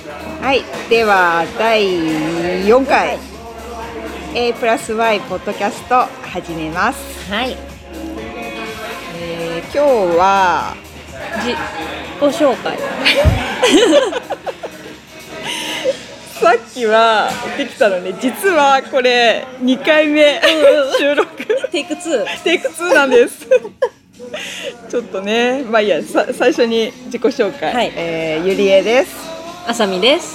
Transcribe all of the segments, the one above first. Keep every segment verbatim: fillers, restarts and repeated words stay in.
はい、ではだいよんかい A プラス Y ポッドキャスト始めます。 はい、 えー、今日は自己紹介さっきはできたのね、実はこれにかいめ収録テイクツーテイクツーなんですちょっとね、まあいいや、さ最初に自己紹介、はい、えー、ゆりえです。 あさみです。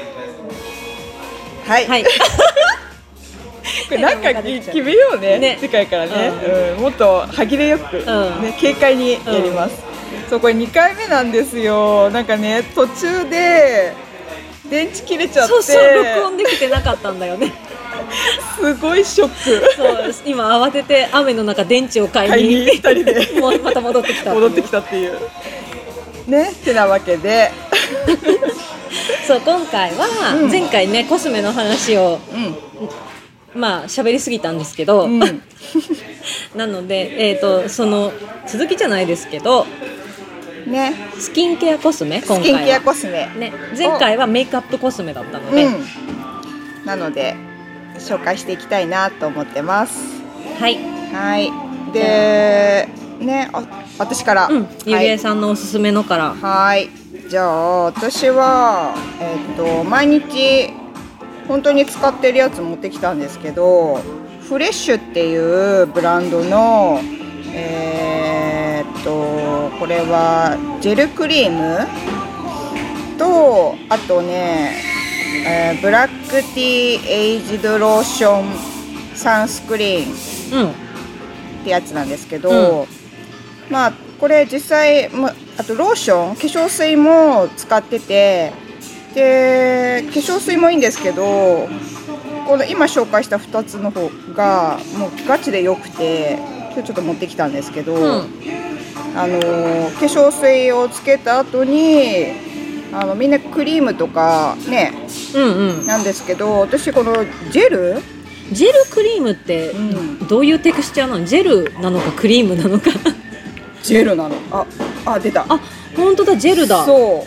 はい、はい、これなんか決めようね、ね、次回からね、うんうん、もっと歯切れよく、うんね、軽快にやります、うん、そう、これにかいめなんですよ。なんかね、途中で電池切れちゃって、 そうそう、録音できてなかったんだよねすごいショック。 そう、今慌てて雨の中電池を買いにふたりでもうまた戻ってきた戻ってきたっていうね、ってなわけでそう、今回は前回ね、うん、コスメの話を、うん、まあ喋りすぎたんですけど、うん、なので、えーと、その続きじゃないですけどね、 スキンケアコスメ、今回はスキンケアコスメ、 ね、前回はメイクアップコスメだったので、うん、 なので紹介していきたいなと思ってます。 はいはい。でね、私から、 うん、ゆりえさんのおすすめのから。 はい、じゃあ私は、えー、と毎日本当に使ってるやつ持ってきたんですけど、フレッシュっていうブランドのえー、っとこれはジェルクリームと、あとね、えー、ブラックティーエイジドローションサンスクリーン、うん、ってやつなんですけど、うん、まあこれ実際、あとローション、化粧水も使ってて、で化粧水もいいんですけど、この今紹介したふたつの方がもうガチで良くて、今日ちょっと持ってきたんですけど、うん、あの化粧水をつけた後にあのみんなクリームとかね、うんうん、なんですけど、私このジェルジェルクリームってどういうテクスチャーなの？ジェルなのかクリームなのかジェルなの。あ、あ、出た。 あ、本当だ、ジェルだ。 そう。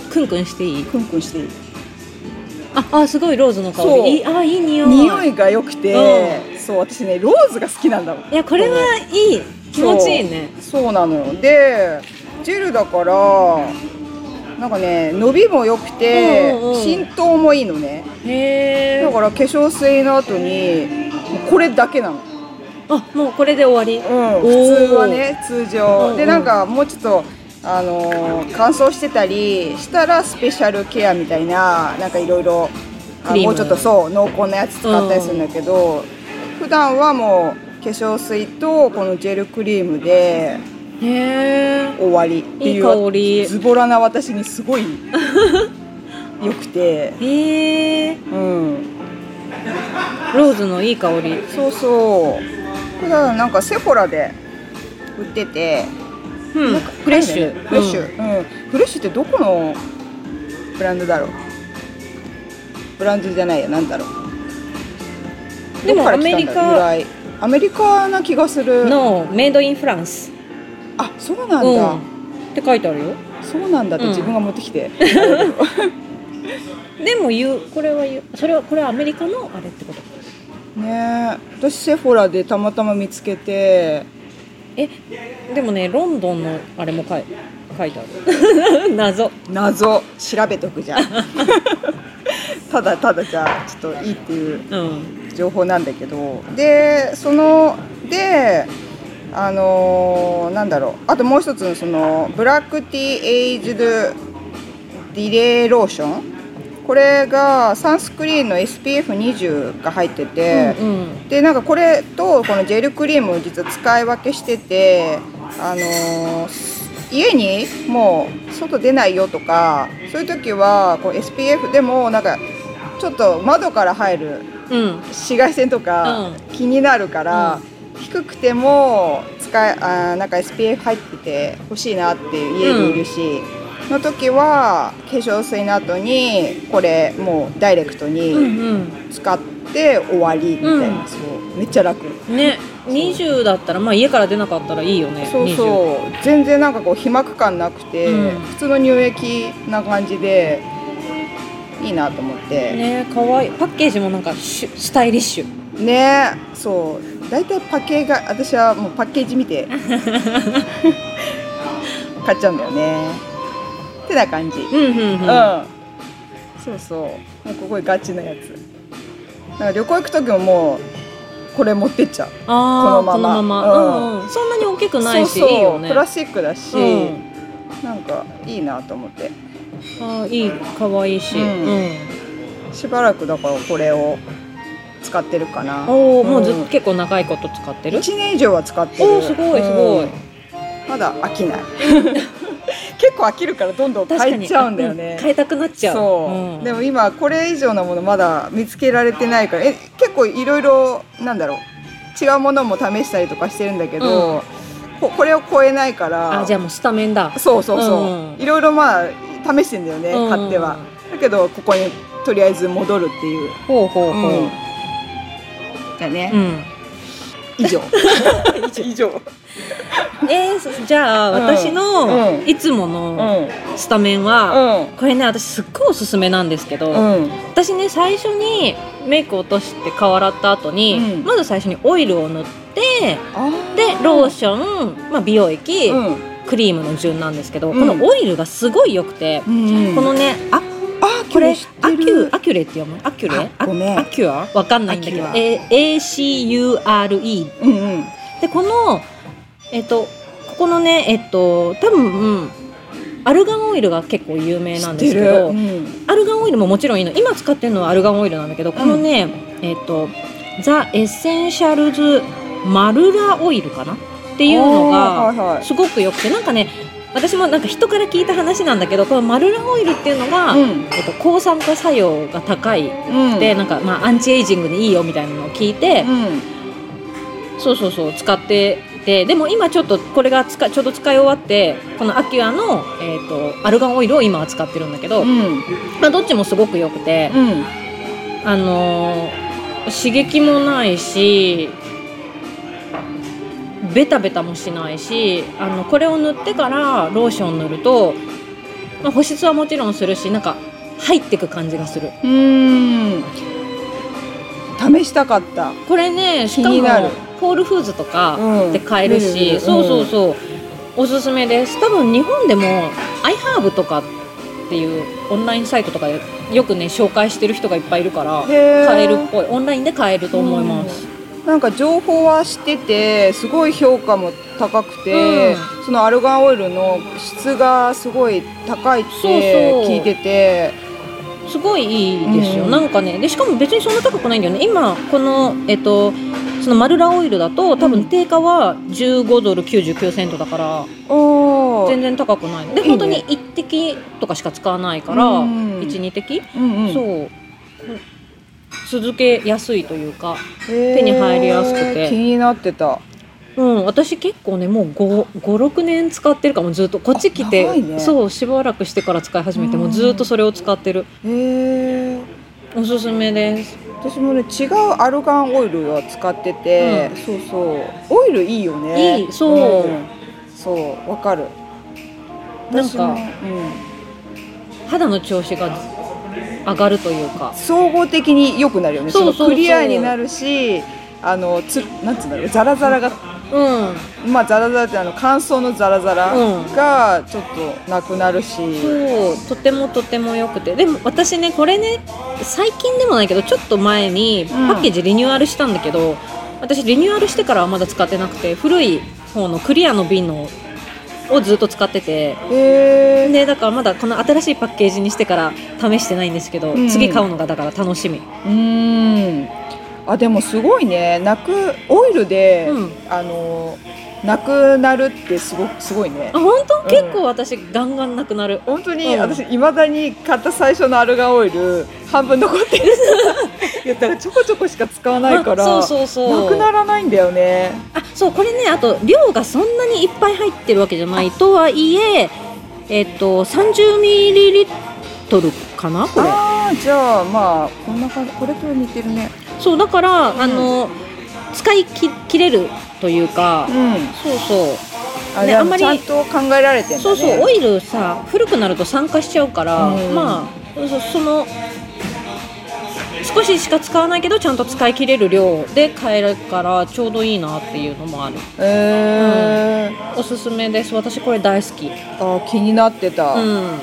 クンクンしていい？ クンクンしていい。 あ、あ、すごいローズの香り。いい、あ、いい匂い。 匂いが良くて、うん、そう、私ね、ローズが好きなんだもん。 いや、これはいい。気持ちいいね。 そう、そうなのよ。で、ジェルだから、なんかね、伸びも良くて、うんうん、浸透もいいのね。 へー。 だから化粧水の後に、これだけなの。 あ、もうこれで終わり。 うん、普通はね、通常、うんうん、でなんかもうちょっとあのー、乾燥してたりしたらスペシャルケアみたいな、なんかいろいろもうちょっとそう濃厚なやつ使ったりするんだけど、うん、普段はもう化粧水とこのジェルクリームで終わりっていう、 いい香り。 ズボラな私にすごい良くて、 へー、うん、ローズのいい香り。 そうそう。普段なんかセフォラで売ってて、 うん、フレッシュ、 フレッシュ、うんうん、フレッシュってどこのブランドだろう。ブランドじゃないよ、なんだろう。 でもアメリカ、 アメリカな気がする。 のメイドインフランス。 あ、そうなんだ、うん、 って書いてあるよ。 そうなんだって、自分が持ってきて、 うん、でも言う、これは言う、それはこれはアメリカのあれってことね。私セフォラでたまたま見つけて、 え、でもね、ロンドンのあれも書い、書いてある謎謎調べとくじゃんただただじゃあちょっといいっていう情報なんだけど、うん、でそのであのー、なんだろう、あともう一つのそのブラックティーエイジドディレイローション、これがサンスクリーンの エスピーエフにじゅう が入ってて、うんうん、でなんかこれとこのジェルクリームを実は使い分けしてて、あのー、家にもう外出ないよとか、そういう時はこう エスピーエフ でもなんかちょっと窓から入る紫外線とか気になるから、うん、低くても使いあなんか エスピーエフ 入ってて欲しいなっていう家にいるし、うんの時は化粧水の後にこれもうダイレクトに使って終わりみたいな、うんうん、そうめっちゃ楽ね。にじゅうだったら、まあ、家から出なかったらいいよね。 そうそう、全然なんかこう皮膜感なくて、うん、普通の乳液な感じでいいなと思ってね。かわいい。パッケージもなんかシュスタイリッシュね。そうだいたいパッケージが私はもうパッケージ見て買っちゃうんだよねってな感じ。うんうんうん、うん、そうそうもうここガチなやつ。なんか旅行行く時ももうこれ持ってっちゃう。 あこのまま、このまま、 うんうん、そんなに大きくないし、 そうそういいよね。 プラスチックだし、うん、なんかいいなと思って。 あいい、かわいいし、うんうん、 しばらくだからこれを使ってるかな。 おお、もうずっと結構長いこと使ってる。 いちねん以上は使ってる。 おすごいすごい、うん、 まだ飽きない結構飽きるからどんどん変えちゃうんだよね。 変えたくなっちゃう。 そう、うん、でも今これ以上のものまだ見つけられてないから、え結構いろいろなんだろう違うものも試したりとかしてるんだけど、うん、こ, これを超えないから。 あじゃあもうスタメンだ。 そうそうそう、いろいろまあ試してんだよね、うん、買っては。だけどここにとりあえず戻るっていう。 ほうほうほう、うん、 だね、うん、以上以上えー、じゃあ私のいつものスタメンは、うん、これね私すっごいおすすめなんですけど、うん、私ね最初にメイク落として顔洗った後に、うん、まず最初にオイルを塗って、でローション、まあ、美容液、うん、クリームの順なんですけど、うん、このオイルがすごい良くて、うん、このねあこれアキュアキュレって読むアキュレあごめんアキュアわかんないんだけど エーシーユーアールイー、うんうん、でこのえっとここのねえっと多分、うん、アルガンオイルが結構有名なんですけど、うん、アルガンオイルももちろんいいの。今使ってるのはアルガンオイルなんだけど、このね、うん、えっとザ・エッセンシャルズマルラオイルかなっていうのがすごくよくて、なんかね私もなんか人から聞いた話なんだけど、このマルラオイルっていうのが、うんえっと、抗酸化作用が高いで、うん、なんかまあアンチエイジングにいいよみたいなのを聞いて、うん、そうそうそう使ってて、でも今ちょっとこれがつかちょうど使い終わって、このアキュアの、えー、とアルガンオイルを今は使ってるんだけど、うんまあ、どっちもすごくよくて、うん、あのー、刺激もないしベタベタもしないし、あのこれを塗ってからローション塗ると、まあ、保湿はもちろんするし、なんか入ってく感じがする。 うーん試したかった。 これねしかもホールフーズとかで買えるし、うん、そうそうそう、うん、おすすめです。多分日本でもアイハーブとかっていうオンラインサイトとかでよくね紹介してる人がいっぱいいるから買えるっぽい。オンラインで買えると思います、 うん、なんか情報は知っててすごい評価も高くて、うん、そのアルガンオイルの質がすごい高いって聞いてて、 そうそうすごいいいですよ、うん、なんかねでしかも別にそんな高くないんだよね。今このえっとそのマルラオイルだと多分定価はじゅうごドルきゅうじゅうきゅうセントだから、うん、全然高くないで、いいね、本当にいち滴とかしか使わないから、うん、いち、に滴、うんうん、そう続けやすいというか手に入りやすくて気になってた。 うん、私結構ねもうご、ろくねん使ってるかも。ずっとこっち来て、ね、そうしばらくしてから使い始めてもうずっとそれを使ってる。へーおすすめです。 私もね違うアルガンオイルを使ってて、うん、そうそうオイルいいよね。 いいそう、うん、 そうわかる。 なんか、うん、肌の調子が上がるというか総合的に良くなるよね。そうそうそうクリアになるし、あのつなんつうんだろうザラザラが、うん、まあザラザラってあの乾燥のザラザラがちょっとなくなるし、 うん、そうとてもとても良くて、でも私ねこれね最近でもないけどちょっと前にパッケージリニューアルしたんだけど、うん、私リニューアルしてからはまだ使ってなくて古い方のクリアの瓶のをずっと使ってて、へーでだからまだこの新しいパッケージにしてから試してないんですけど、うん、次買うのがだから楽しみ。うーんあでもすごいねなくオイルで、うん、あのなくなるってすごすごいね。 あ本当、うん、結構私ガンガンなくなる。 本当に、うん、私いまだに買った最初のアルガンオイル半分残ってる言ったらちょこちょこしか使わないから、まあ、そうそうそうなくならないんだよね。 あそうこれねあと量がそんなにいっぱい入ってるわけじゃないとはいええっとさんじゅうミリリットルかなこれ。 あじゃあまあこんな感じこれと似てるね。 そうだから、うん、あの使いき切れるというか、うん、そうそうあ、ね、あんまりちゃんと考えられてんだね。 そうそう、オイルさ古くなると酸化しちゃうから、うん、まあ そ, その少ししか使わないけどちゃんと使い切れる量で買えるからちょうどいいなっていうのもある。 えーうん、おすすめです。私これ大好き。 あ、気になってた。うんうん、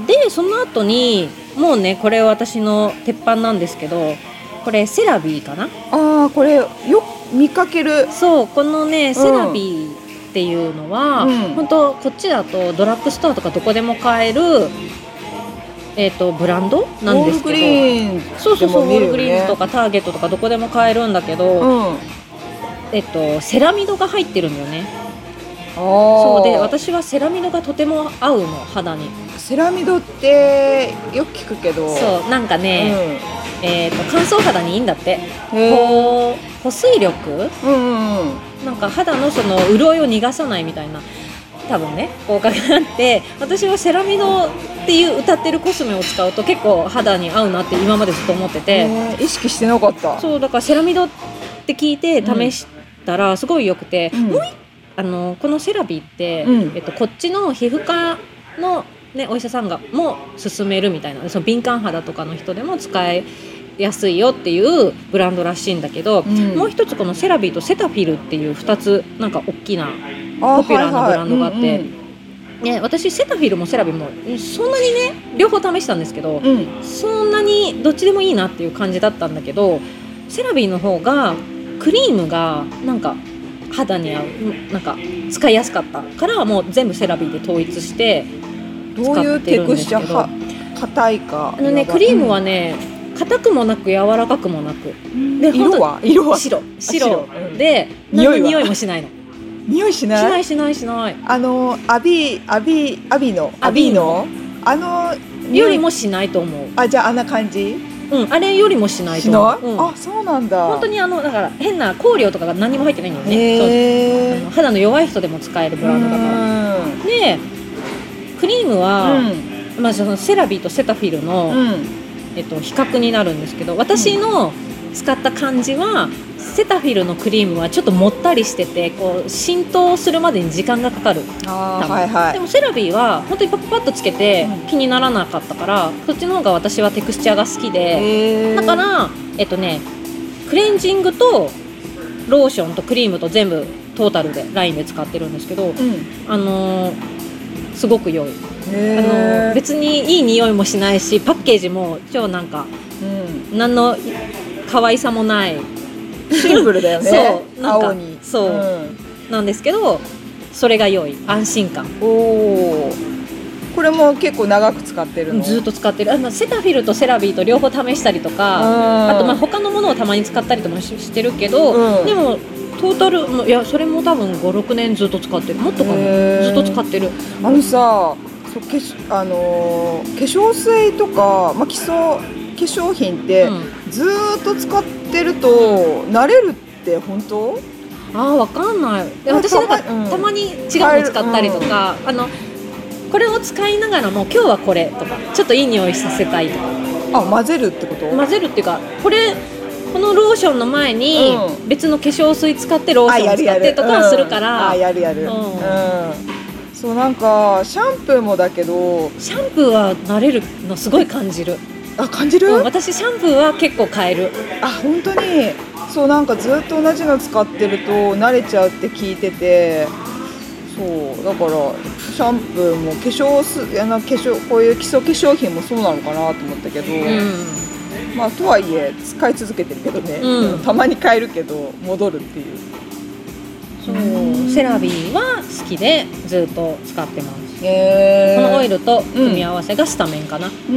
でその後にもうねこれ私の鉄板なんですけど、これセラビーかな。 あ、これよ見かける。 そう、このねセラビーっていうのは、うん、本当こっちだとドラッグストアとかどこでも買えるえー、とブランドなんですけど、ウォールグリーン、そうそうそう、ウォールグリーンとかターゲットとかどこでも買えるんだけど、うん、えっとセラミドが入ってるんだよね。そうで、私はセラミドがとても合うの、肌に。 セラミドってよく聞くけど、 そうなんかね、うん、えー、と乾燥肌にいいんだって。こう保水力、うんうんうん、なんか肌のその潤いを逃がさないみたいな多分ね効果があって、私はセラミドっていう歌ってるコスメを使うと結構肌に合うなって今までずっと思ってて、 意識してなかった。 そうだからセラミドって聞いて試したらすごい良くて、うん、もうあのこのセラビーって、うん、えっと、こっちの皮膚科の、ね、お医者さんがも勧めるみたいな、その敏感肌とかの人でも使えやすいよっていうブランドらしいんだけど、うん、もう一つこのセラビーとセタフィルっていうふたつなんか大きなポピュラーなブランドがあって、はいはい、うんうん、ね、私セタフィルもセラビーもそんなにね両方試したんですけど、うん、そんなにどっちでもいいなっていう感じだったんだけど、セラビーの方がクリームがなんか肌に合う、なんか使いやすかったからもう全部セラビーで統一して使ってるんですけど。どういうテクスチャー、硬いか。あのねクリームはね、硬くもなく柔らかくもなく、 で色は色は白白で、うん、何の匂いもしないの。 匂いしない？ しないしないしない。 あのアビアビアビのアビのあのよりもしないと思う。 あ、じゃああんな感じ？ うん、あれよりもしないと思う。 しない？うん、あ、そうなんだ。 本当にあのだから変な香料とかが何も入ってないんだよね。そう、肌の弱い人でも使えるブランドだから。でクリームは、うん、まあ、そのセラビーとセタフィルの、うん、えっと、比較になるんですけど、私の使った感じは、うん、セタフィルのクリームはちょっともったりしててこう浸透するまでに時間がかかる。 あ、はいはい、 でもセラビーは本当にパッパッとつけて気にならなかったから、うん、そっちの方が私はテクスチャーが好きで、だからえっとねクレンジングとローションとクリームと全部トータルでラインで使ってるんですけど、うん、あのーすごく良い。あの別にいい匂いもしないし、パッケージも超なんか、うん、何の可愛さもないシンプルだよね。 そうなんか青にそう、うん、なんですけどそれが良い、安心感。 おー、これも結構長く使ってるの？ ずっと使ってる。あのセタフィルとセラビーと両方試したりとか、あとまあ他のものをたまに使ったりとも し, してるけど、うん、でもトータルいやそれも多分ごろくねんずっと使ってる。もっとかもずっと使ってる。 あのさ、そう化粧、あのー、化粧水とか、まあ、基礎化粧品って、うん、ずっと使ってると慣れるって本当？ あー、わかんない。私なんか、うん、たまに違うの使ったりとか、うん、あのこれを使いながらも今日はこれとかちょっといい匂いさせたいとか。 あ、混ぜるってこと？ 混ぜるっていうか、これこのローションの前に別の化粧水使ってローション使ってとかするから、 あ、やるやる、うんうん、そうなんかシャンプーもだけどシャンプーは慣れるのすごい感じる。 あ、感じる、 うん、私シャンプーは結構変える。 あ、本当にそう、なんかずっと同じの使ってると慣れちゃうって聞いてて、そうだからシャンプーも化粧水、あの化粧こういう基礎化粧品もそうなのかなと思ったけど、うん、まあとはいえ使い続けてるけどね、うん、たまに変えるけど戻るっていう。 そうセラビーは好きでずっと使ってます。へー、このオイルと組み合わせがスタメンかな。うん、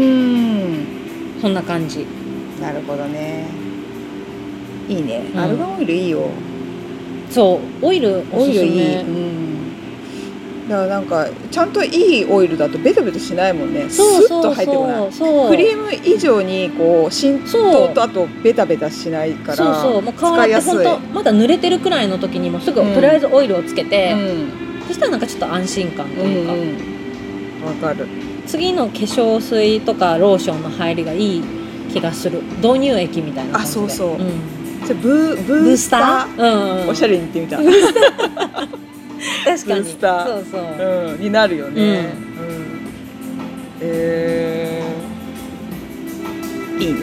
そんな感じ。 なるほどね、いいね、うん、アルガンオイルいいよ。 そうオイルおすすめ。オイルいい、うんだからなんかちゃんといいオイルだとベトベトしないもんね。スッと入ってこない。クリーム以上にこう浸透とあとベタベタしないからそうそう、もう顔って本当まだ濡れてるくらいの時にもすぐ、うん、とりあえずオイルをつけて、うん、そしたらなんかちょっと安心感というか、 わ、うん、かる。 次の化粧水とかローションの入りがいい気がする。導入液みたいな感じで。 あ、そうそう、うん、じゃブー、ブースター、 ブースター、うん、 おしゃれに言ってみた。 確かにスターそうそう、 うん、になるよね、うんうん、えー、いいね。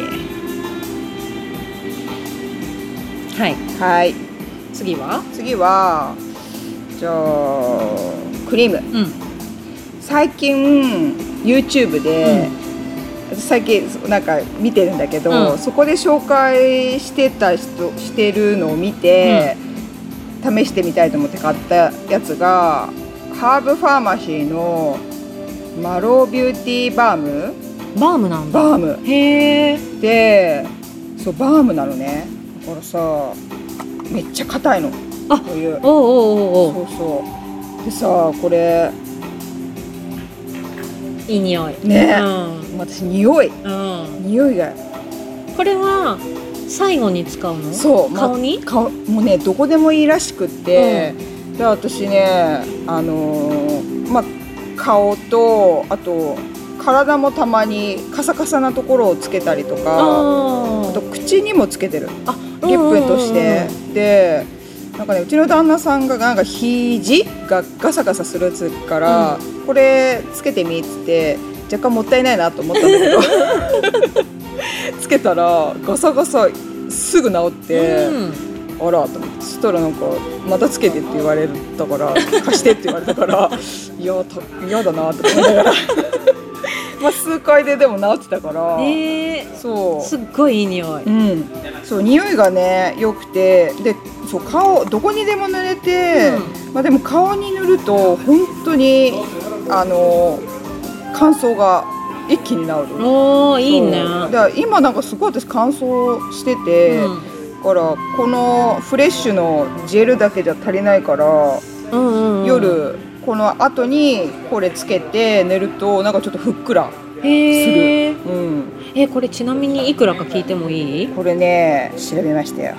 はいはい、 次は次はじゃあクリーム、うん、最近 YouTube で、うん、最近なんか見てるんだけど、うん、そこで紹介してた人してるのを見て、うん、試してみたいと思って買ったやつがハーブファーマシーのマロービューティーバームバームなんだ。 バームへーで、そうバームなのね。だからさめっちゃ硬いの。 あ、 こういうおうおうおう、 そうそうでさ、これいい匂いね、 うん、 私匂い、うん、匂いがこれは最後に使うの？ そう、 顔に、 ま、顔もうねどこでもいいらしくって、うん、で私ねあのー、ま顔とあと体もたまにカサカサなところをつけたりとか、 あ, あと口にもつけてる、あリップとして、うんうんうん、でなんかねうちの旦那さんがなんか肘がガサガサするやつから、うん、これつけてみっつって若干もったいないなと思ったんだけどつけたらガサガサすぐ治って、うん、あらと思って、そしたらなんかまたつけてって言われたから貸してって言われたからいや嫌だなと思いながらまあ数回ででも治ってたから、 えー、 そうすっごいいい匂い、 うん、そう匂いがね良くて、でそう顔どこにでも塗れて、うん、まあ、でも顔に塗ると本当にあの乾燥が一気に治る。 おーいいね。 だから今なんかすごい私乾燥してて、うん、だからこのフレッシュのジェルだけじゃ足りないから、うんうんうん、夜この後にこれつけて寝るとなんかちょっとふっくらする。へー、うん、 えこれちなみにいくらか聞いてもいい？ これね調べましたよ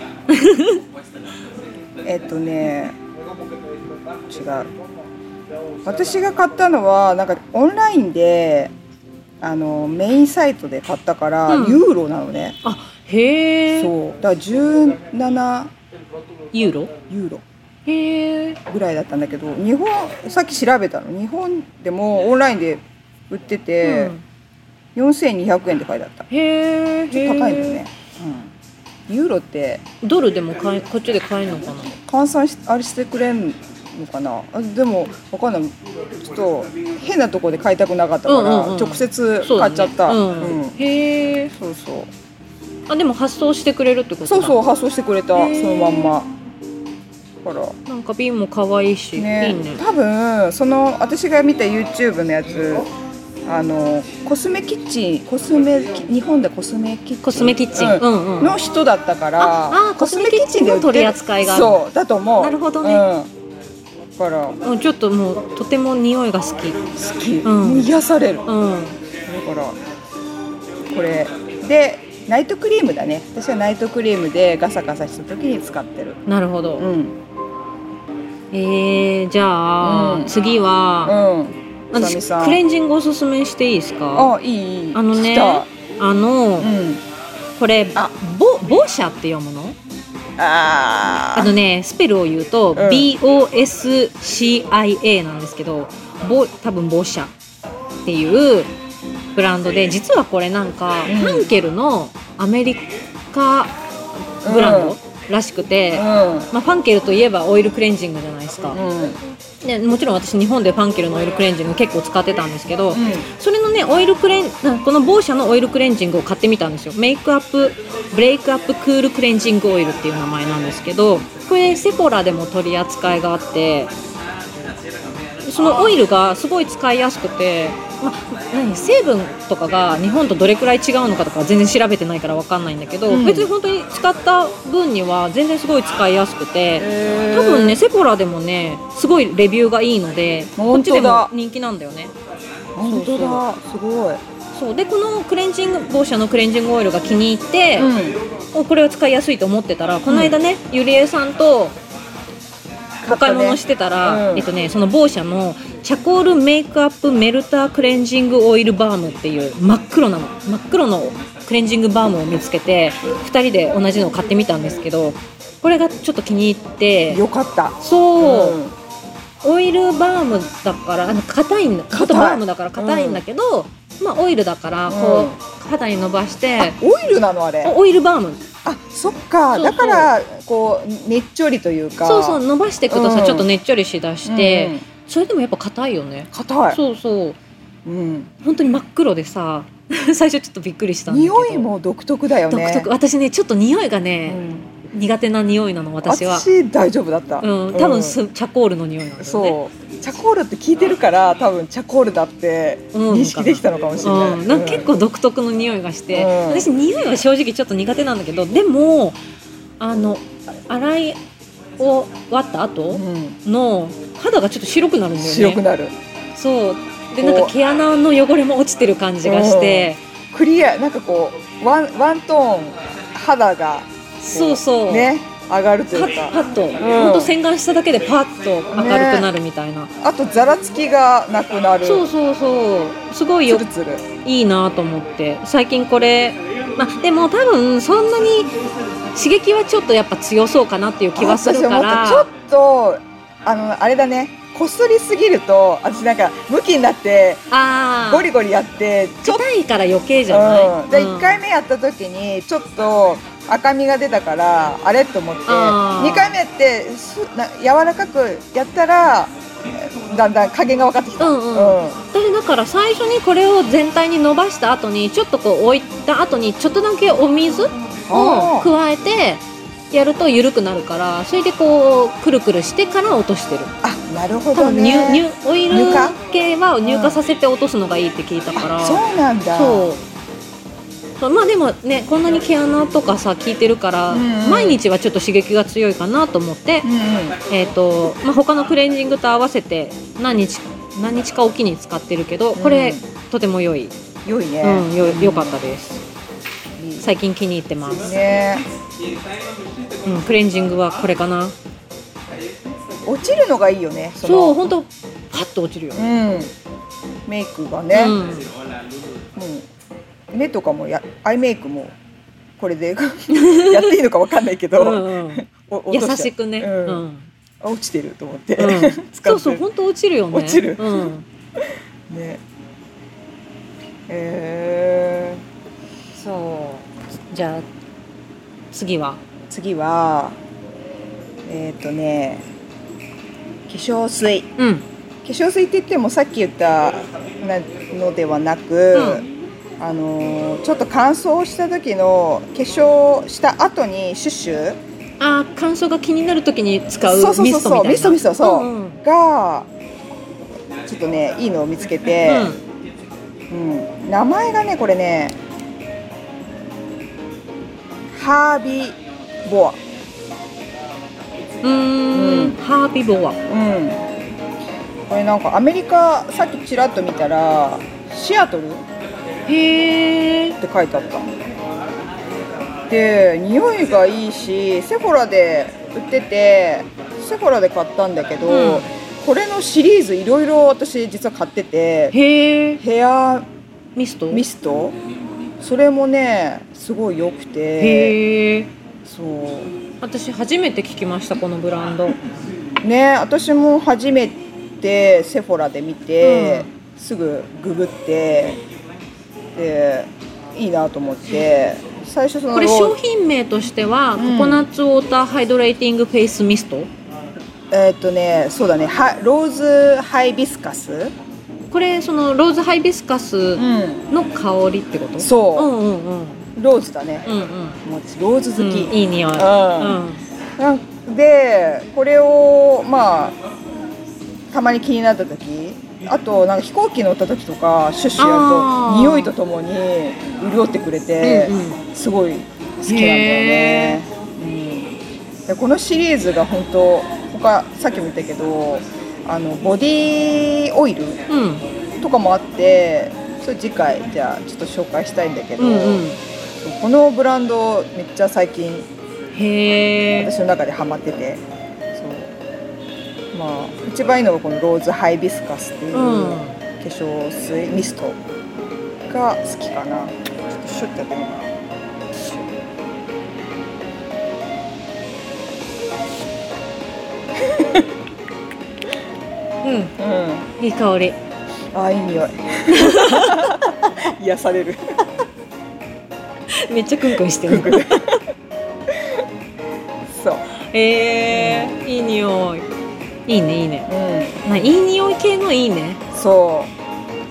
えっとね違う、私が買ったのはなんかオンラインであのメインサイトで買ったから、うん、ユーロなのね。 あへえ。 そうだからじゅうななユーロユーロへーぐらいだったんだけど、日本さっき調べたの日本でもオンラインで売ってて、うん、よんせんにひゃくえんって書いてあった。 へーちょっと高いんだよね、うん、ユーロってドルでも買えこっちで買えるのかな、 換算しあれしてくれんのかなあ。でも分かんない、ちょっと変なとこで買いたくなかったから、うんうんうん、直接買っちゃった、ねうんうん、 へーそうそう。 あでも発送してくれるってことだ。 そうそう発送してくれた、そのまんまからなんか瓶も可愛いし、ね、いいね。 多分その私が見た YouTube のやつあのコスメキッチンコスメ日本でコスメキッチンコスメキッチン、うんうん、 の人だったから、 ああコスメキッチンの取り扱いがそうだと思う。 なるほどね、 うん、だからうん、ちょっともうとても匂いが好き好き、うん、癒される、うん、だからこれでナイトクリームだね。私はナイトクリームでガサガサした時に使ってる。 なるほど、 うん、 えー、じゃあ、うん、次は、うん私クレンジングおすすめしていいですか？ あ、いいいい。 あのね、あの、うん、これあボボシャって読むの？ ああのねスペルを言うと、うん、ビーオーエスシーアイエー なんですけど、ボ多分ボシャっていうブランドで、実はこれなんか、うん、ファンケルのアメリカブランドらしくて、うんまあ、ファンケルといえばオイルクレンジングじゃないですか。うんね、もちろん私日本でファンケルのオイルクレンジング結構使ってたんですけど、うん、それのねオイルクレンこのボーシャのオイルクレンジングを買ってみたんですよ。メイクアップブレイクアップクールクレンジングオイルっていう名前なんですけど、これセフォラでも取り扱いがあって、そのオイルがすごい使いやすくて、ま、何成分とかが日本とどれくらい違うのかとか全然調べてないから分かんないんだけど、うん、別に本当に使った分には全然すごい使いやすくて、多分ねセフォラでもねすごいレビューがいいので、こっちでも人気なんだよね。 本当だ、すごい。 そうでこのクレンジングボーシャのクレンジングオイルが気に入って、うん、これを使いやすいと思ってたら、この間ね、うん、ゆりえさんとお買い物してたら、うんえっとね、そのボーシャのチャコールメイクアップメルタークレンジングオイルバームっていう真っ黒なの真っ黒のクレンジングバームを見つけて、ふたりで同じのを買ってみたんですけど、これがちょっと気に入って。 よかった。 そう、うん、 オイルバームだからあの硬いんだ、ちょっとバームだから硬いんだけど、うん、まあオイルだからこう、うん、肌に伸ばしてオイルなのあれオイルバームあそっかだからこうねっちょりというかそうそう伸ばしていくとさ、うん、ちょっとねっちょりしだして、うん、それでもやっぱ硬いよね硬いそうそう、うん、本当に真っ黒でさ最初ちょっとびっくりしたんだけど匂いも独特だよね独特私ねちょっと匂いがね、うん、苦手な匂いなの私は私大丈夫だった、 うん、多分、うん、チャコールの匂いなんだよねそうチャコールって聞いてるから多分チャコールだって認識できたのかもしれない、うんうん、なんか結構独特の匂いがして、うん、私匂いは正直ちょっと苦手なんだけどでもあの洗いを割った後の肌がちょっと白くなるんだよね白くなるそうでなんか毛穴の汚れも落ちてる感じがして、 うん、クリアなんかこうワン、ワントーン肌がそうそうね上がるというかパッパッと、うん、ほんと洗顔しただけでパッと明るくなるみたいな、ね、 あとザラつきがなくなるそうそうそうすごいよツルツルいいなと思って最近これ、まあ、でも多分そんなに刺激はちょっとやっぱ強そうかなっていう気はするからちょっとあのあれだねこすりすぎると私なんかムキになってゴリゴリやってちょっと痛いから余計じゃない、 うん、でいっかいめやった時にちょっと赤みが出たからあれと思ってにかいめやってすな柔らかくやったらだんだん加減が分かってきた、うんうんうん、私だから最初にこれを全体に伸ばした後にちょっとこう置いた後にちょっとだけお水を加えてやると緩くなるからそれでこうくるくるしてから落としてるあなるほどね乳乳オイル系は乳化させて落とすのがいいって聞いたから、うん、 そうなんだそうそうまあでもねこんなに毛穴とかさ効いてるから、うんうん、毎日はちょっと刺激が強いかなと思って、うんうんえーとまあ、他のクレンジングと合わせて何日何日かおきに使ってるけどこれ、うん、とても良い良いね、 うん、よ良かったです、うん、最近気に入ってますね、 うん、クレンジングはこれかな落ちるのがいいよねそそう本当パッと落ちるよね、 うん、メイクがね、うんうん目とかもやアイメイクもこれでやっていいのか分かんないけどうん、 うん、優しくね、うんうん、落ちてると思って、 うん、そうそう本当落ちるよね落ちる、 うん、 ねえー、そうじゃあ次は次はえっ、ー、とね化粧水、うん、化粧水って言ってもさっき言ったのではなく、うんあのー、ちょっと乾燥した時の化粧した後にシュッシュあ乾燥が気になる時に使うミストみたいなミストミストそう、うんうん、がちょっとねいいのを見つけて、うんうん、名前がねこれねハービボアうーん、うん、ハービボア、うん、 これなんかアメリカさっきちらっと見たらシアトルへーって書いてあったで匂いがいいしセフォラで売っててセフォラで買ったんだけど、うん、これのシリーズいろいろ私実は買っててへーヘアミストミストそれもねすごい良くてへーそう私初めて聞きましたこのブランドね私も初めてセフォラで見て、うん、すぐググってでいいなと思って最初そのこれ商品名としては、うん、ココナッツウォーターハイドレーティングフェイスミストえー、っとねそうだねはローズハイビスカスこれそのローズハイビスカスの香りってこと、うん、 そう、 うんうんうん、 ローズだね、 うんうん、 もう私ローズ好き、うん、 いい匂い、うんうん、なんでこれをまあたまに気になった時あとなんか飛行機乗った時とかシュッシュやると匂いとともに潤ってくれて、うんうん、すごい好きなんだよね、うん、でこのシリーズが本当他さっきも言ったけどあのボディオイルとかもあって、うん、それ次回じゃあちょっと紹介したいんだけど、うんうん、このブランドめっちゃ最近へ私の中でハマっててまあ、一番いいのはこのローズハイビスカスっていう化粧水、うん、ミストが好きかな。ちょっとシュッてやってみようかな。 うん、うん、いい香り。 あ、いい匂い癒されるめっちゃクンクンしてるそう、 えー、うん、いい匂い。いいねいいね、うん、ないい匂い系のいいね。 そう、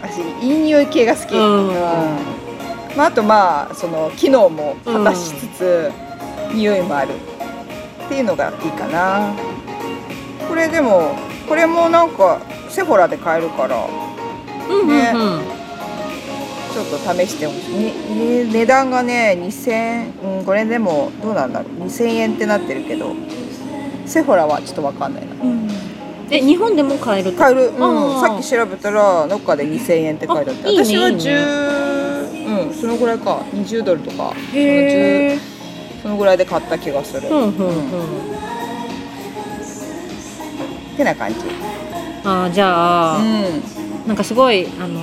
私いい匂い系が好き、うんうん、まあ、あとまあその機能も果たしつつ、うん、匂いもあるっていうのがいいかな。これでもこれもなんかセフォラで買えるから、うんうんうん、ね、ちょっと試してほしい、ね、値段がねにせん、うん、これでもどうなんだろう、にせんえんってなってるけどセフォラはちょっと分かんないな、うん、 え日本でも買える買える、うん、さっき調べたらどっかでにせんえんって書いてあって、いいね、私はじゅう、いいね、うん、そのぐらいかにじゅうドルとかへそのぐらいで買った気がする、うんうんうん、ってな感じ。 あ、じゃあ、うん、なんかすごいあの、うん、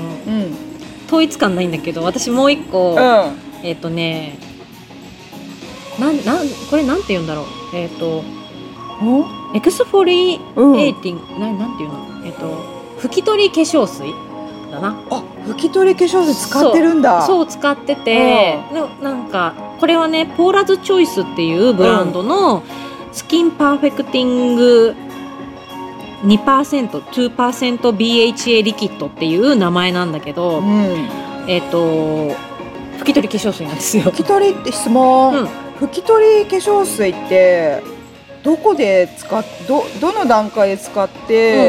統一感ないんだけど、私もう一個、うん、えっ、ー、とねなんなんこれなんて言うんだろう、えっ、ー、とエクスフォリエーティング、うん、な, なんていうの、えっ、ー、と拭き取り化粧水だな。 あ、拭き取り化粧水使ってるんだ。 そう、そう使ってて、うん、な, なんかこれはねポーラズチョイスっていうブランドのスキンパーフェクティングにパーセント、にパーセント ビーエイチエー リキッドっていう名前なんだけど、うん、えっ、ー、と拭き取り化粧水なんですよ。 拭き取りって質問、うん、拭き取り化粧水ってどこで使っ ど, どの段階で使って、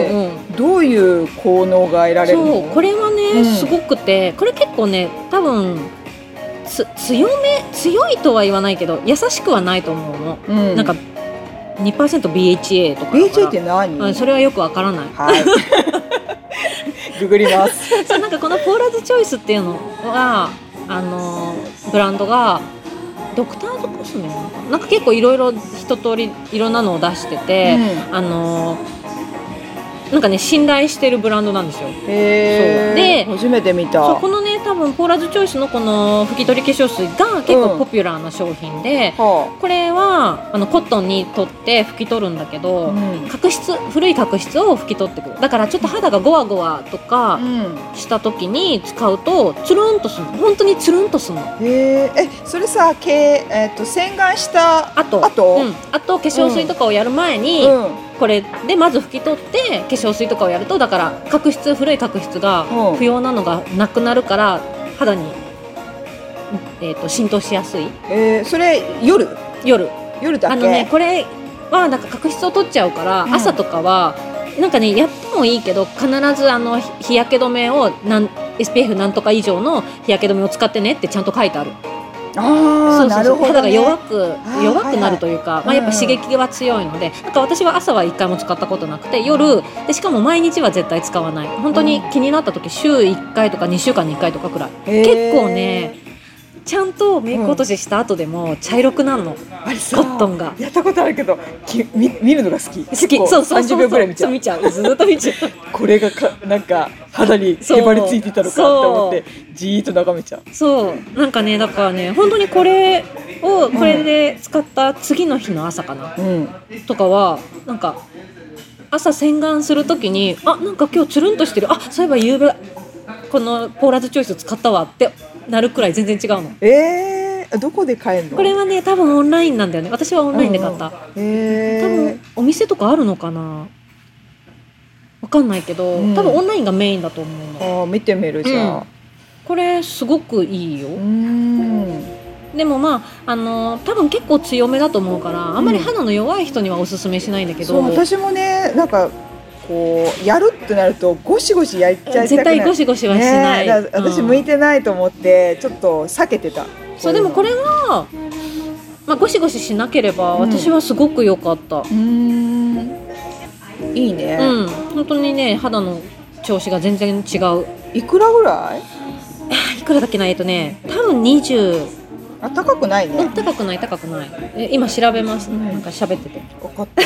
うんうん、どういう効能が得られるの？ そう、これはね、うん、すごくて、これ結構ね多分つ強め強いとは言わないけど優しくはないと思うの、うん、なんかにパーセント ビーエイチエー とかビーエイチエー って何？ うん、それはよくわからない、はい、 ググりますそう、なんかこのポーラズチョイスっていうのはあのブランドがドクターズコスメなのかな、なんか結構いろいろ一通りいろんなのを出してて、うん、あのなんかね信頼してるブランドなんですよ。 へー、で初めて見た。 そう、このね多分ポーラズチョイスのこの拭き取り化粧水が結構ポピュラーな商品で、うん、これはあのコットンに取って拭き取るんだけど、うん、角質古い角質を拭き取ってくる。だからちょっと肌がゴワゴワとかした時に使うとつるんとするの。本当につるんとするの。 へー、えそれさ、け、えー、と洗顔したあとあと、うん、あと化粧水とかをやる前に、うんうん、これでまず拭き取って化粧水とかをやると、だから角質古い角質が不要なのがなくなるから肌に、えー、と浸透しやすい。 えー、それ夜夜夜だけ。 あのねこれはなんか角質を取っちゃうから、うん、朝とかはなんかねやってもいいけど必ずあの日焼け止めをなん エスピーエフ なんとか以上の日焼け止めを使ってねってちゃんと書いてある。 あ、そうそうそう、なるほどね、 肌が弱く弱くなるというか、はいはい、まあ、やっぱ刺激が強いので、うん、なんか私は朝はいっかいも使ったことなくて、夜でしかも毎日は絶対使わない。本当に気になった時週いっかいとかにしゅうかんにいっかいとかくらい、結構ねちゃんとメイク落としした後でも茶色くなるの、うん、コットンが。 やったことあるけどき 見, 見るのが好き。 好き。そうそうそうそう、さんじゅうびょうぐらい見ちゃう。見ちゃう、ずっと見ちゃうこれがかなんか肌にへばりついてたのかと思ってじーっと眺めちゃう。 そうなんかね、だからね本当にこれをこれで使った次の日の朝かな、うん、とかはなんか朝洗顔するときにあなんか今日つるんとしてる、あそういえば夕べこのポーラズチョイス使ったわってなるくらい全然違うの。 えー、どこで買えるの？ これはね多分オンラインなんだよね。私はオンラインで買った、うんうん、えー、多分お店とかあるのかな、わかんないけど、うん、多分オンラインがメインだと思うの。 あ、見てみるじゃあ、うん、 これすごくいいよ。うーん、でもまあ、あのー、多分結構強めだと思うからあんまり肌の弱い人にはおすすめしないんだけど、 うん、そう私もねなんかこうやるってなるとゴシゴシやっちゃいたくない。 絶対ゴシゴシはしない、 ね、私向いてないと思ってちょっと避けてた。 そうでもこれは、まあ、ゴシゴシしなければ私はすごく良かった、うん、うーんいいね、 うん、本当にね肌の調子が全然違う。 いくらぐらいいくらだっけな、えっとね多分にじゅう。 あ、高くないね。 高くない高くない。え今調べます、うん、なんか喋ってて分かった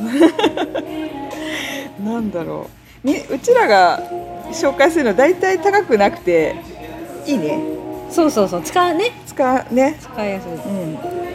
なんだろう、にうちらが紹介するのだいたい高くなくていいね。 そうそうそう、使うね使うね使いやすい、うん、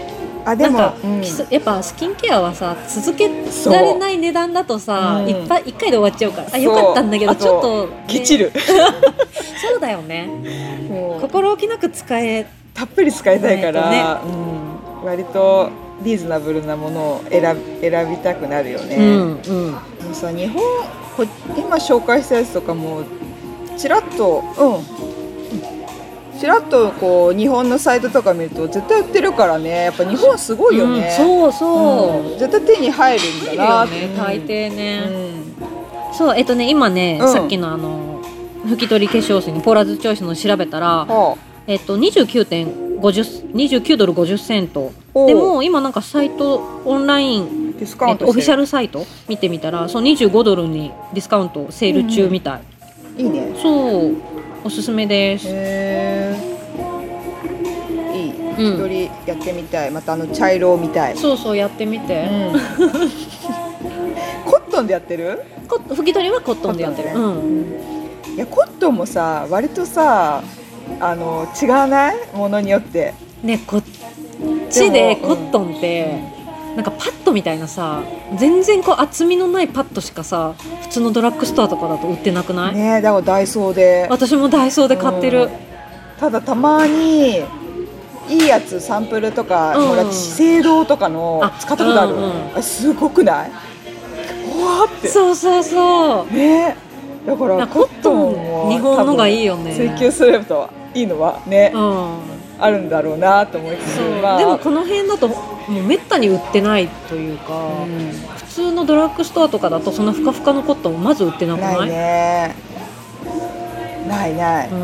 あでもなんか、 うん、 やっぱスキンケアはさ続けられない値段だとさ、うん、いっぱいいっかいで終わっちゃうからあよかったんだけどちょっと、ね、 ケチるそうだよね心置きなく使えたっぷり使いたいから、ねうん、割とリーズナブルなものを選び、選びたくなるよね、うんうん、でもさ日本こ今紹介したやつとかもちらっとうんちらっとこう日本のサイトとか見ると絶対売ってるからねやっぱ日本すごいよね、 うん、そうそう、 うん、絶対手に入るんだなって、 ね、大抵ね、うん、そうえっとね今ね、うん、さっきのあの拭き取り化粧水のポーラーズチョイスの調べたら、はあえっと、にじゅうきゅうドルごじゅっセントでも今なんかサイトオンラインディスカウント、 えっと、オフィシャルサイト見てみたらそうにじゅうごドルにディスカウントセール中みたい、 うん、いいねそうおすすめですへーいい拭き取りやってみたい、うん、またあの茶色を見たいそうそうやってみて、うん、 コットンでやってる拭き取りはコットンでやってる、ねうん、 いやコットンもさ割とさあの違わないものによってねこっちでコットンって、うん、なんかパッドみたいなさ全然こう厚みのないパッドしかさ普通のドラッグストアとかだと売ってなくないねえだからダイソーで私もダイソーで買ってる、うん、 ただたまにいいやつサンプルとかもらって、うん、資生堂とかの使ったことある、うんうん、あすごくないほわってそうそうそうねだからコットンも日本のがいいよね追求すればいいのはね、うん、あるんだろうなと思いつつ、 まあ、でもこの辺だともうめったに売ってないというか、うん、普通のドラッグストアとかだとそのふかふかのコットンもまず売ってなくない？ ないねないない、うん、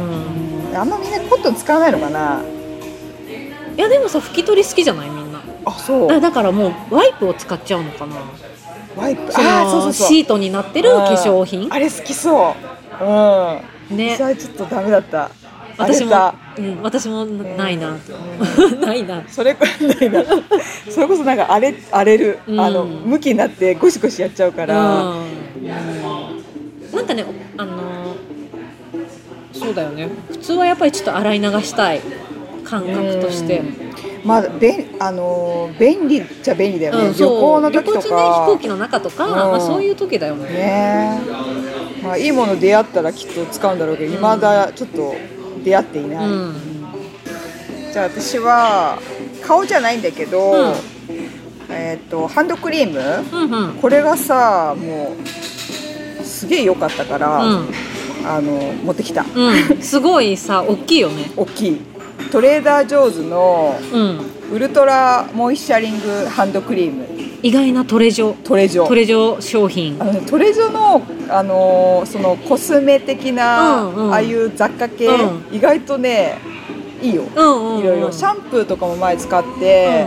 あんまみんなコットン使わないのかな。 いやでもさ拭き取り好きじゃないみんな。 あそうだ, だからもうワイプを使っちゃうのかな。 ワイプそのあそうそうそうシートになってる化粧品、 うん、あれ好きそううんね実際ちょっとダメだった私も、うん、私もないな、うん、ないなそれないなそれこそなんか荒れ、荒れる、うん、あの向きになってゴシゴシやっちゃうから、うん、 なんかねあのそうだよね普通はやっぱりちょっと洗い流したい感覚として、 まあ、べあの便利っちゃ便利だよね、うん、旅行の時とか旅行中ね飛行機の中とか、うんまあ、そういう時だよね、 ねまあ、いいもの出会ったらきっと使うんだろうけど、うん、未だちょっと出会っていない、うん、じゃあ私は顔じゃないんだけど、うんえー、とハンドクリーム、うんうん、これがさもうすげえ良かったから、うん、あの持ってきた、 うん、すごいさ大きいよね大きいトレーダージョーズのウルトラモイスチャリングハンドクリーム、 意外なトレジョトレジョトレジョ商品あの、ね、トレジョの、あのー、そのコスメ的な、うんうん、ああいう雑貨系、うん、意外とねいいよ、うんうんうん、いろいろシャンプーとかも前使って、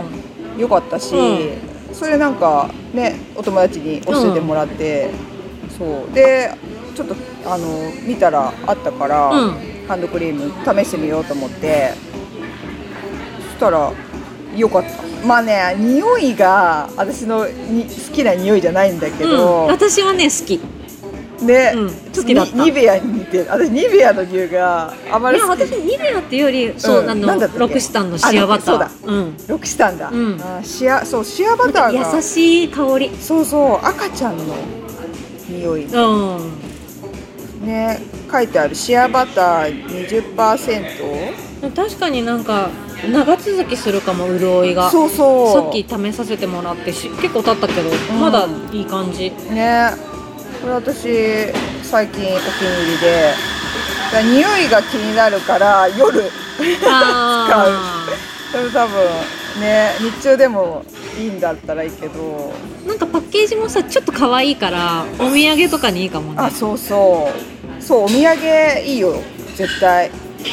うん、よかったし、うん、それなんかねお友達に教えてもらって、うん、そうでちょっとあの見たらあったから、うん、ハンドクリーム試してみようと思ってそしたらよかった。まあね匂いが私のに好きな匂いじゃないんだけど、 うん、私はね好きね、うん、ちょっと ニ, ニベアに似てる私ニベアの匂いがあまり好き。 いや私ニベアっていうよりそう、うん、あのロクシタンのシアバターそうだ、 うん、ロクシタンだ、うん、あシアそうシアバターが優しい香りそうそう赤ちゃんの匂い、うんね、書いてあるシアバター にじゅっパーセント確かになんか長続きするかも潤いがそうそうさっき試させてもらってし結構経ったけど、うん、まだいい感じねこれ私最近お気に入りでだ匂いが気になるから夜使うそれ多分ね日中でもいいんだったらいいけどなんかパッケージもさちょっと可愛いからお土産とかにいいかもね。 あそうそうそうお土産いいよ絶対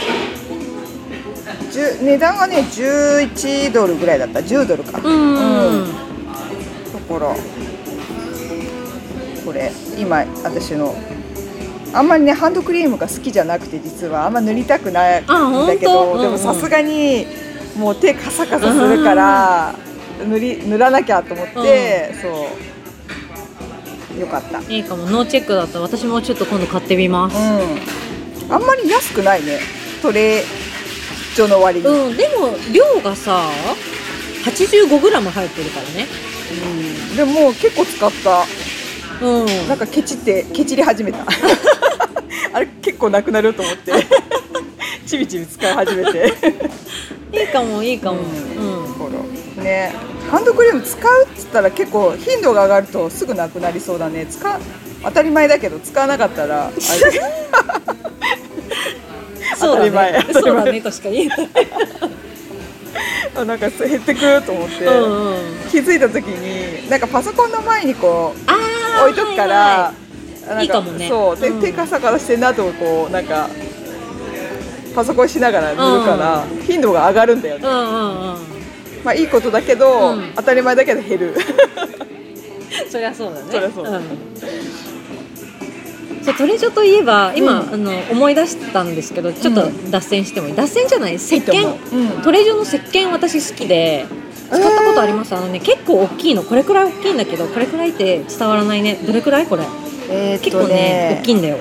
値段がねじゅういちドルぐらいだったじゅうドルかうん、うん、だからこれ今私のあんまりねハンドクリームが好きじゃなくて実はあんま塗りたくないんだけど、うんうん、でもさすがにもう手カサカサするから塗り塗らなきゃと思って、うん、そうよかったいいかもノーチェックだったら私もちょっと今度買ってみます、 うん、あんまり安くないねトレジョの割に、 うん、でも量がさはちじゅうごグラム 入ってるからね、 うん、でも結構使った、うん、なんかケチってケチり始めたあれ結構なくなると思ってちびちび使い始めていいかもいいかも、うんうん、ね、ハンドクリーム使うって言ったら結構頻度が上がるとすぐなくなりそうだね。使う当たり前だけど使わなかったらあれそうだね、そうだねとしか言えないなんか減ってくと思って、うんうん、気づいた時になんかパソコンの前にこう置いとくから、はいはい、 いいかもね。 そうで、うん、手カサカサしてるなとこうなんかパソコンしながら塗るから、うん、頻度が上がるんだよね、うんうんうん、まあいいことだけど、うん、当たり前だけど減るそりゃそうだね。 そりゃそう、うん、 そうトレジョといえば今、うん、あの思い出したんですけどちょっと脱線してもいい、うん、脱線じゃない石鹸、うん、トレジョの石鹸私好きで使ったことあります、えー、あのね結構大きいの、これくらい大きいんだけどこれくらいって伝わらないね。どれくらいこれ、えー、結構ね大きいんだよ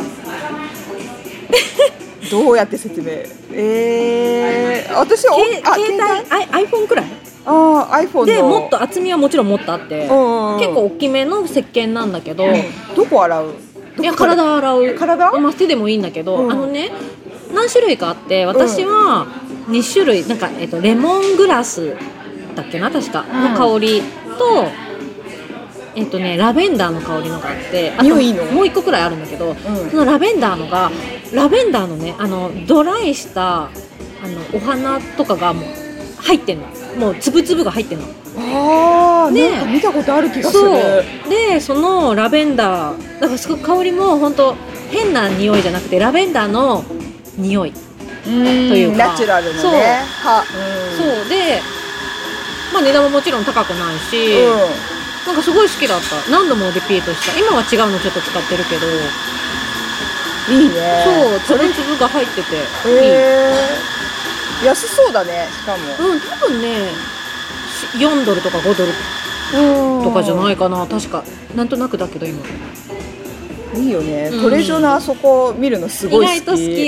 どうやって説明、えー、私は携帯 iPhone くらいあ iPhone のでもっと厚みはもちろんもっとあって、うんうん、結構大きめの石鹸なんだけど、うん、 どこ洗う？ いや体洗う体、 まあ、手でもいいんだけど、うん、あのね何種類かあって私はに種類なんか、えっと、レモングラスだっけな確かの香りと、えっとね、ラベンダーの香りのがあってあともう一個くらいあるんだけど、うん、そのラベンダーのがラベンダーのねあのドライしたあのお花とかがもう入ってんの、もう粒々が入ってんの。 あー、なんか見たことある気がする。 そうでそのラベンダーだからすごく香りも本当変な匂いじゃなくてラベンダーの匂いというかナチュラルのね。そう、 はそうで、まあ、値段ももちろん高くないし、うん、なんかすごい好きだった。何度もリピートした。今は違うのちょっと使ってるけどいいね。 そう粒々が入ってて、 えー、いい安そうだね。しかもうん多分ねよんドルとかごドルとかじゃないかな確か。なんとなくだけど今いいよね、うん、トレジョのあそこ見るのすごい好き。 意外と好き、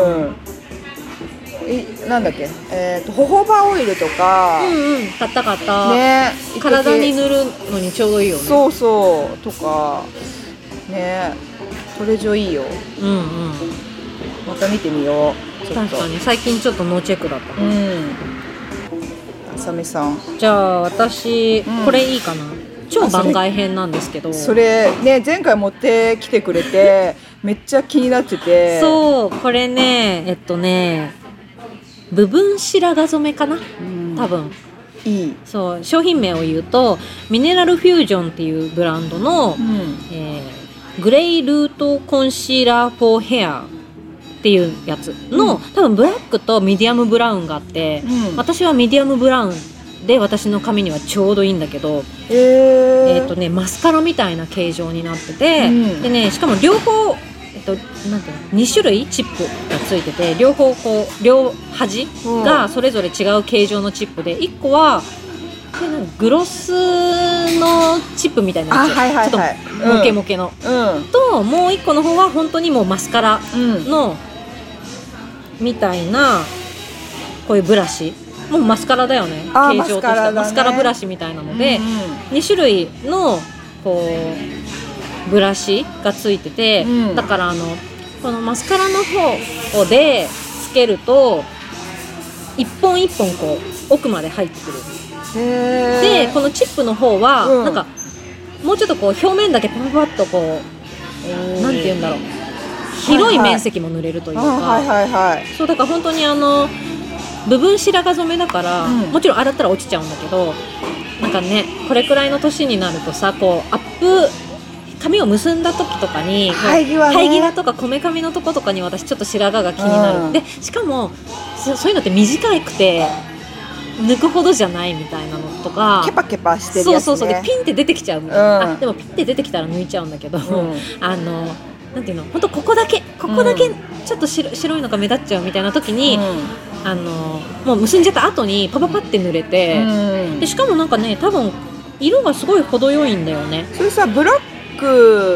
うん、なんだっけ、えーと、ホホバオイルとか、 うんうん、買った買った、ね、体に塗るのにちょうどいいよね。 そうそうとかね、トレジョいいよ、うんうん、また見てみよう。 確かに最近ちょっとノーチェックだった、うん、 あさみさんじゃあ私、うん、これいいかな。超番外編なんですけどそ, それね前回持ってきてくれてめっちゃ気になっててそうこれねえっとね部分白髪染めかな、うん、多分いい。 そう商品名を言うとミネラルフュージョンっていうブランドの、うんえー、グレイルートコンシーラーフォーヘアっていうやつの、うん、多分ブラックとミディアムブラウンがあって、うん、私はミディアムブラウンで私の髪にはちょうどいいんだけど、えーえーとね、マスカラみたいな形状になってて、うん、でねしかも両方、えっと、なんていうのに種類チップがついてて両方こう両端がそれぞれ違う形状のチップでいっこはグロスのチップみたいなやつ、はいはいはい、ちょっとモケモケの、うん、ともういっこの方は本当にもうマスカラの、うん、みたいなこういうブラシもうマスカラだよね形状としたマスカラ、ね、マスカラブラシみたいなので、うんうん、に種類のこうブラシがついてて、うん、だからあのこのマスカラの方でつけると一本一本こう奥まで入ってくる。でこのチップの方は、うん、なんかもうちょっとこう表面だけパパパッとこうなんて言うんだろう広い面積も塗れるというか、はいはいはい、そうだから本当にあの部分白髪染めだから、うん、もちろん洗ったら落ちちゃうんだけどなんかねこれくらいの年になるとさこうアップ髪を結んだ時とかに生え際、ね、 生え際とかこめかみのとことかに私ちょっと白髪が気になる、うん、でしかもそ、そういうのって短くて抜くほどじゃないみたいなのとかケパケパしてるやつ、ね、 そうそうそうでピンって出てきちゃう、うん、あでもピンって出てきたら抜いちゃうんだけど、うん、あのなんていうの本当ここだけここだけちょっと 白, 白いのが目立っちゃうみたいな時に、うん、あのもう結んじゃった後にパパパって濡れて、うん、でしかもなんかね多分色がすごい程よいんだよね。 それさブラック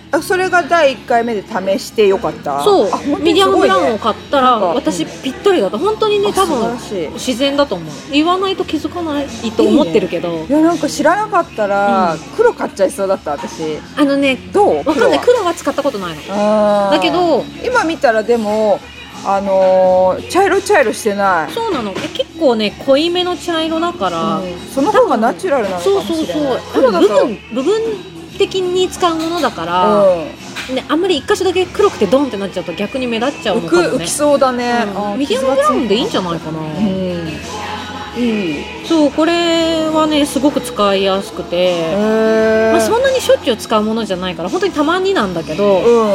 あ、それがだいいっかいめで試してよかった。 そう、 ね、 ミディアムブラウンを買ったら私ぴったりだった。本当にね、多分自然だと思う。言わないと気づかないと思ってるけど、いい、 ね、いやなんか知らなかったら、うん、黒買っちゃいそうだった私。 あのね、 どう？ わかんない。黒は使ったことないの。だけど今見たらでもあのー、茶色茶色してない。 そうなの。結構ね濃いめの茶色だから、うん、 その方がナチュラルなのかもしれない。そうそうそう。 黒だと部分部分的に使うものだから、うんね、あんまり一箇所だけ黒くてドンってなっちゃうと逆に目立っちゃうのかもね。 浮きそうだね、 うん、ミディアムブラウンでいいんじゃないかな、うん、 いい。 そうこれはねすごく使いやすくて、まあ、そんなにしょっちゅう使うものじゃないから本当にたまになんだけど、うん、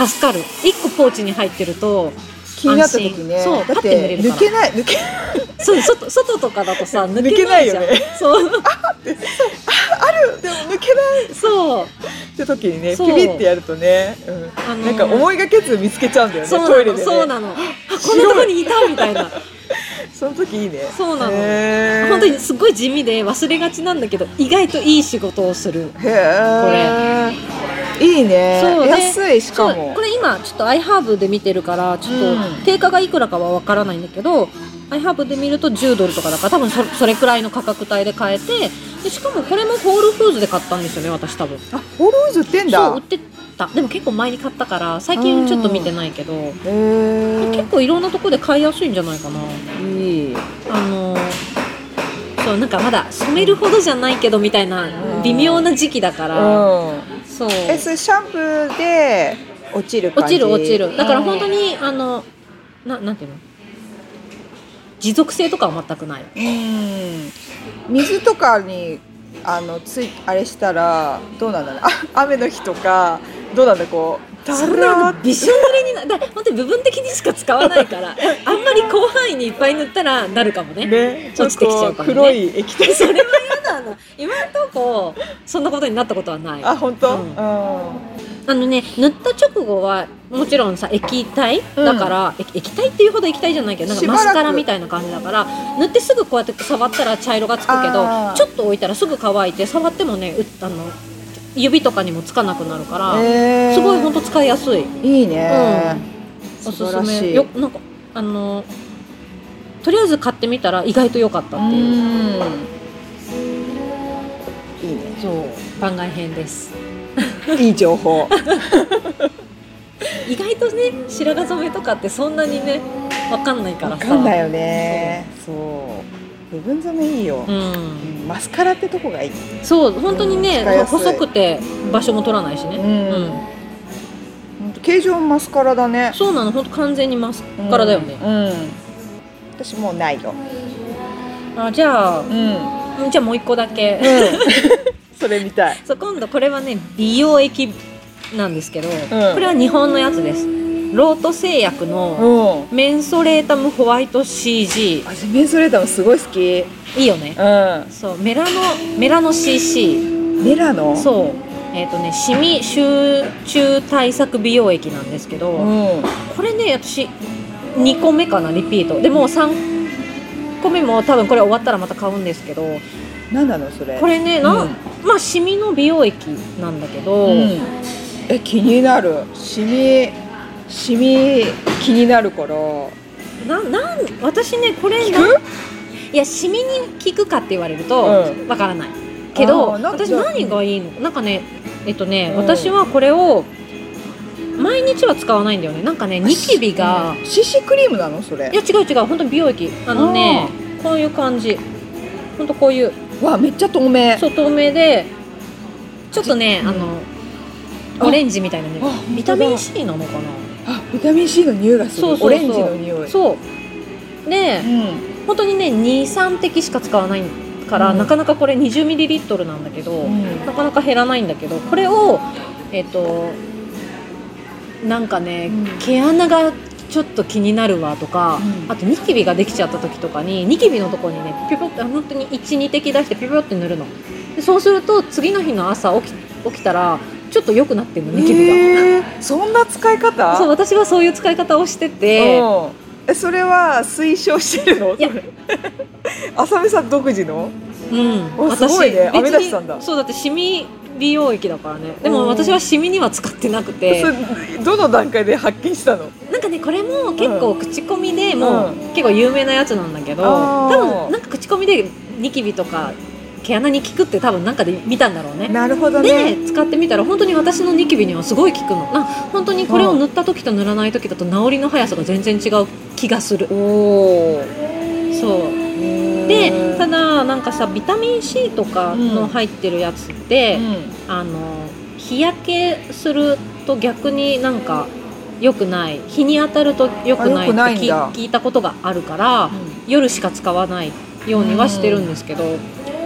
助かる。いっこポーチに入ってると気になった時ね、 そうパッて塗れるから。 抜けない抜けそう 外, 外とかだとさ抜けないじゃん。 抜けないよね。そうあってああるでも抜けないそうって時にねピリってやるとね、うんあのー、なんか思いがけず見つけちゃうんだよね。 そうトイレでね。 そうなの。あこんなとこにいたみたいな。 その時いいね。 そうなの。本当にすごい地味で忘れがちなんだけど意外といい仕事をする。 へーこれいいね。そう安い。しかもこれ今ちょっと iHerb で見てるからちょっと定価がいくらかはわからないんだけど、うん、iHerb で見るとじゅうドルとかだから多分 そ, それくらいの価格帯で買えて、でしかもこれもホールフーズで買ったんですよね私多分。 あホールフーズ売ってんだ。 そう売ってた。でも結構前に買ったから最近ちょっと見てないけど、うん、へ結構いろんなとこで買いやすいんじゃないかな。いい。あのそうなんかまだ染めるほどじゃないけどみたいな微妙な時期だから、うん、そうえそれシャンプーで落ちる感じ。 落ちる落ちる。だから本当にあの な, なんていうの持続性とかは全くない。 うん水とかにあのついあれしたらどうなんだろう。あ雨の日とかどうなんだこうそんなびしょ濡れになだ本当に部分的にしか使わないからあんまり広範囲にいっぱい塗ったらなるかも ね, ね落ちてきちゃうかもね。 黒い液体それは嫌なの。今のとこそんなことになったことはない。 あ本当、うん、 あのね塗った直後はもちろんさ液体だから、うん、液体っていうほど液体じゃないけどなんかマスカラみたいな感じだから塗ってすぐこうやって触ったら茶色がつくけどちょっと置いたらすぐ乾いて触ってもねあの指とかにもつかなくなるから、えー、すごい本当使いやすい。 いいね、 うん、おすすめよ。なんかあのとりあえず買ってみたら意外と良かったっていう。うんいいね。そう番外編です。 いい情報。 意外とね白髪染めとかってそんなにね分かんないからさ。 分かんないよね。そう部分染めいいよ、うん、マスカラってとこがいい。 そう本当にね、うん、細くて場所も取らないしね、 うんうん、形状マスカラだね。 そうなの本当完全にマスカラだよね、うんうん、 私もうないよ。 あじゃあ、うん、じゃあもう一個だけ、 うん、それ見たい。 そう今度これはね美容液なんですけど、うん、これは日本のやつです。ロート製薬のメンソレータムホワイト シージー。 私メンソレータムすごい好き。いいよね、うん、そうメラノメラノ シーシー。 メラノそうえっ、ー、とねシミ集中対策美容液なんですけど、うん、これね私にこめかなリピートでもうさんこめも多分これ終わったらまた買うんですけど。 何なのそれ。 これね、うん、なまあシミの美容液なんだけど、うん、 え気になる。シミシミ気になるからななん私ねこれ効く？ いやシミに効くかって言われるとわ、うん、からないけど私何がいいのなんかねえっとね、うん、私はこれを毎日は使わないんだよね。なんかねニキビがシーシー クリームなのそれ。 いや違う違う本当に美容液あのねこういう感じ本当こういうわめっちゃ透明。 そう透明でちょっとねあのオレンジみたいなねビタミン C なのかな。 あビタミン C の匂いがする。そうそうそうオレンジの匂い。 そうで、うん、本当にね にさん 滴しか使わないから、うん、なかなかこれ にじゅうミリリットル なんだけど、うん、なかなか減らないんだけどこれをえっとなんかね、うん、毛穴がちょっと気になるわとか、うん、あとニキビができちゃった時とかにニキビのところにねピョピョって本当に いちに 滴出してピョピョって塗るのでそうすると次の日の朝起き、起きたらちょっと良くなってるのニキビが、 えー、そんな使い方。 そう私はそういう使い方をしてて。 えそれは推奨してるの。いや浅見さん独自の。 うんすごいね編み出したんだ。 そうだってシミ美容液だからね。でも私はシミには使ってなくて。 どの段階で発見したの？ なんかねこれも結構口コミでもう、うん、結構有名なやつなんだけど、多分なんか口コミでニキビとか毛穴に効くって多分なんかで見たんだろうね。 なるほどね。 で使ってみたら本当に私のニキビにはすごい効くの。な本当にこれを塗った時と塗らない時だと治りの速さが全然違う気がする。おー、そうで、ただなんかさビタミン C とかの入ってるやつって、うん、あの日焼けすると逆になんか良くない、日に当たると良くないって聞いたことがあるから、うん、夜しか使わないようにはしてるんですけど、うん、こ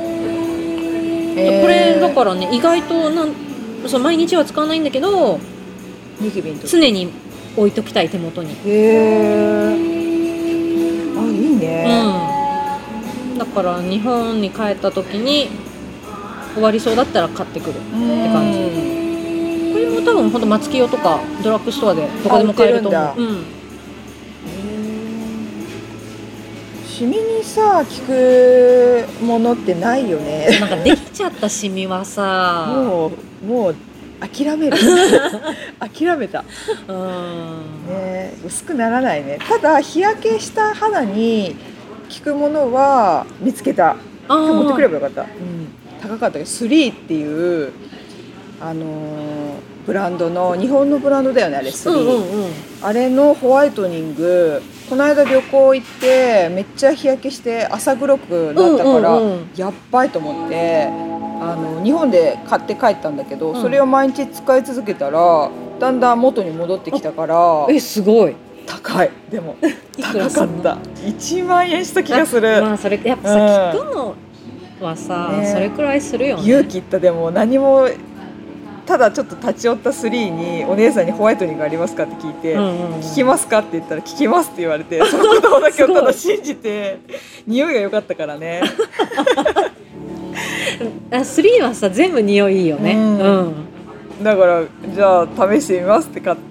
れだからね意外となんそう毎日は使わないんだけどニキビ常に置いときたい手元に。 へー、あ、いいね、 うん、だから日本に帰った時に終わりそうだったら買ってくるって感じ。これも多分本当松清とかドラッグストアでどこでも買えると思う。うん、 シミにさ効くものってないよね。 なんかできちゃったシミはさもうもう諦める諦めた、うん、ね、薄くならないね。ただ日焼けした肌に効くものは見つけた。持ってくればよかった、うん、高かったけどスリーっていうあのー、ブランドの日本のブランドだよねあれスリー、うんうんうん、あれのホワイトニングこの間旅行行ってめっちゃ日焼けして朝黒くなったから、うんうんうん、やっばいと思ってあの日本で買って帰ったんだけど、うん、それを毎日使い続けたらだんだん元に戻ってきたから。 えすごい高い。でも高かったいちまんえんした気がする。 まあそれやっぱさ、うん、効くのはさ、ね、それくらいするよね。 勇気いった。でも何もただちょっと立ち寄ったスリーにお姉さんにホワイトニングありますかって聞いて、うんうんうん、聞きますかって言ったら聞きますって言われてその言葉だけをただ信じて匂いが良かったからねスリーはさ全部匂いいいよね、うんうん、 だからじゃあ試してみますって買って、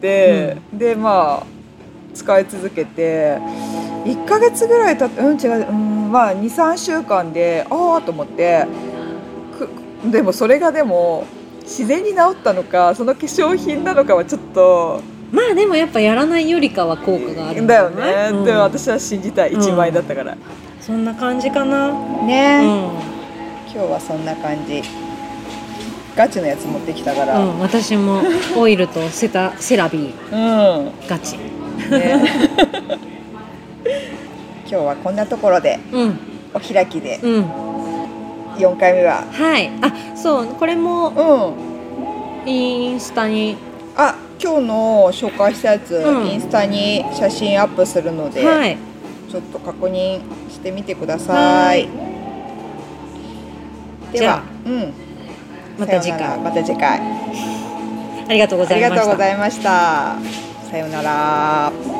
うん、でまあ使い続けていっかげつぐらい経ってうん違う、うん、まあ にさんしゅうかんでああと思ってでもそれがでも自然に治ったのかその化粧品なのかはちょっとまあでもやっぱやらないよりかは効果があるんだよね、うん、でも私は信じたいいちまんえんだったから、うん、 そんな感じかなね、うん、今日はそんな感じガチのやつ持ってきたから、 うん、私もオイルとセタセラビー、うん、ガチ、ね、 今日はこんなところで、うん、お開きで、うんよんかいめははいあそうこれも、うん、インスタにあ今日の紹介したやつ、うん、インスタに写真アップするので、はい、ちょっと確認してみてください。では、うん、 また次回また次回ありがとうございました。 ありがとうございました。さようなら。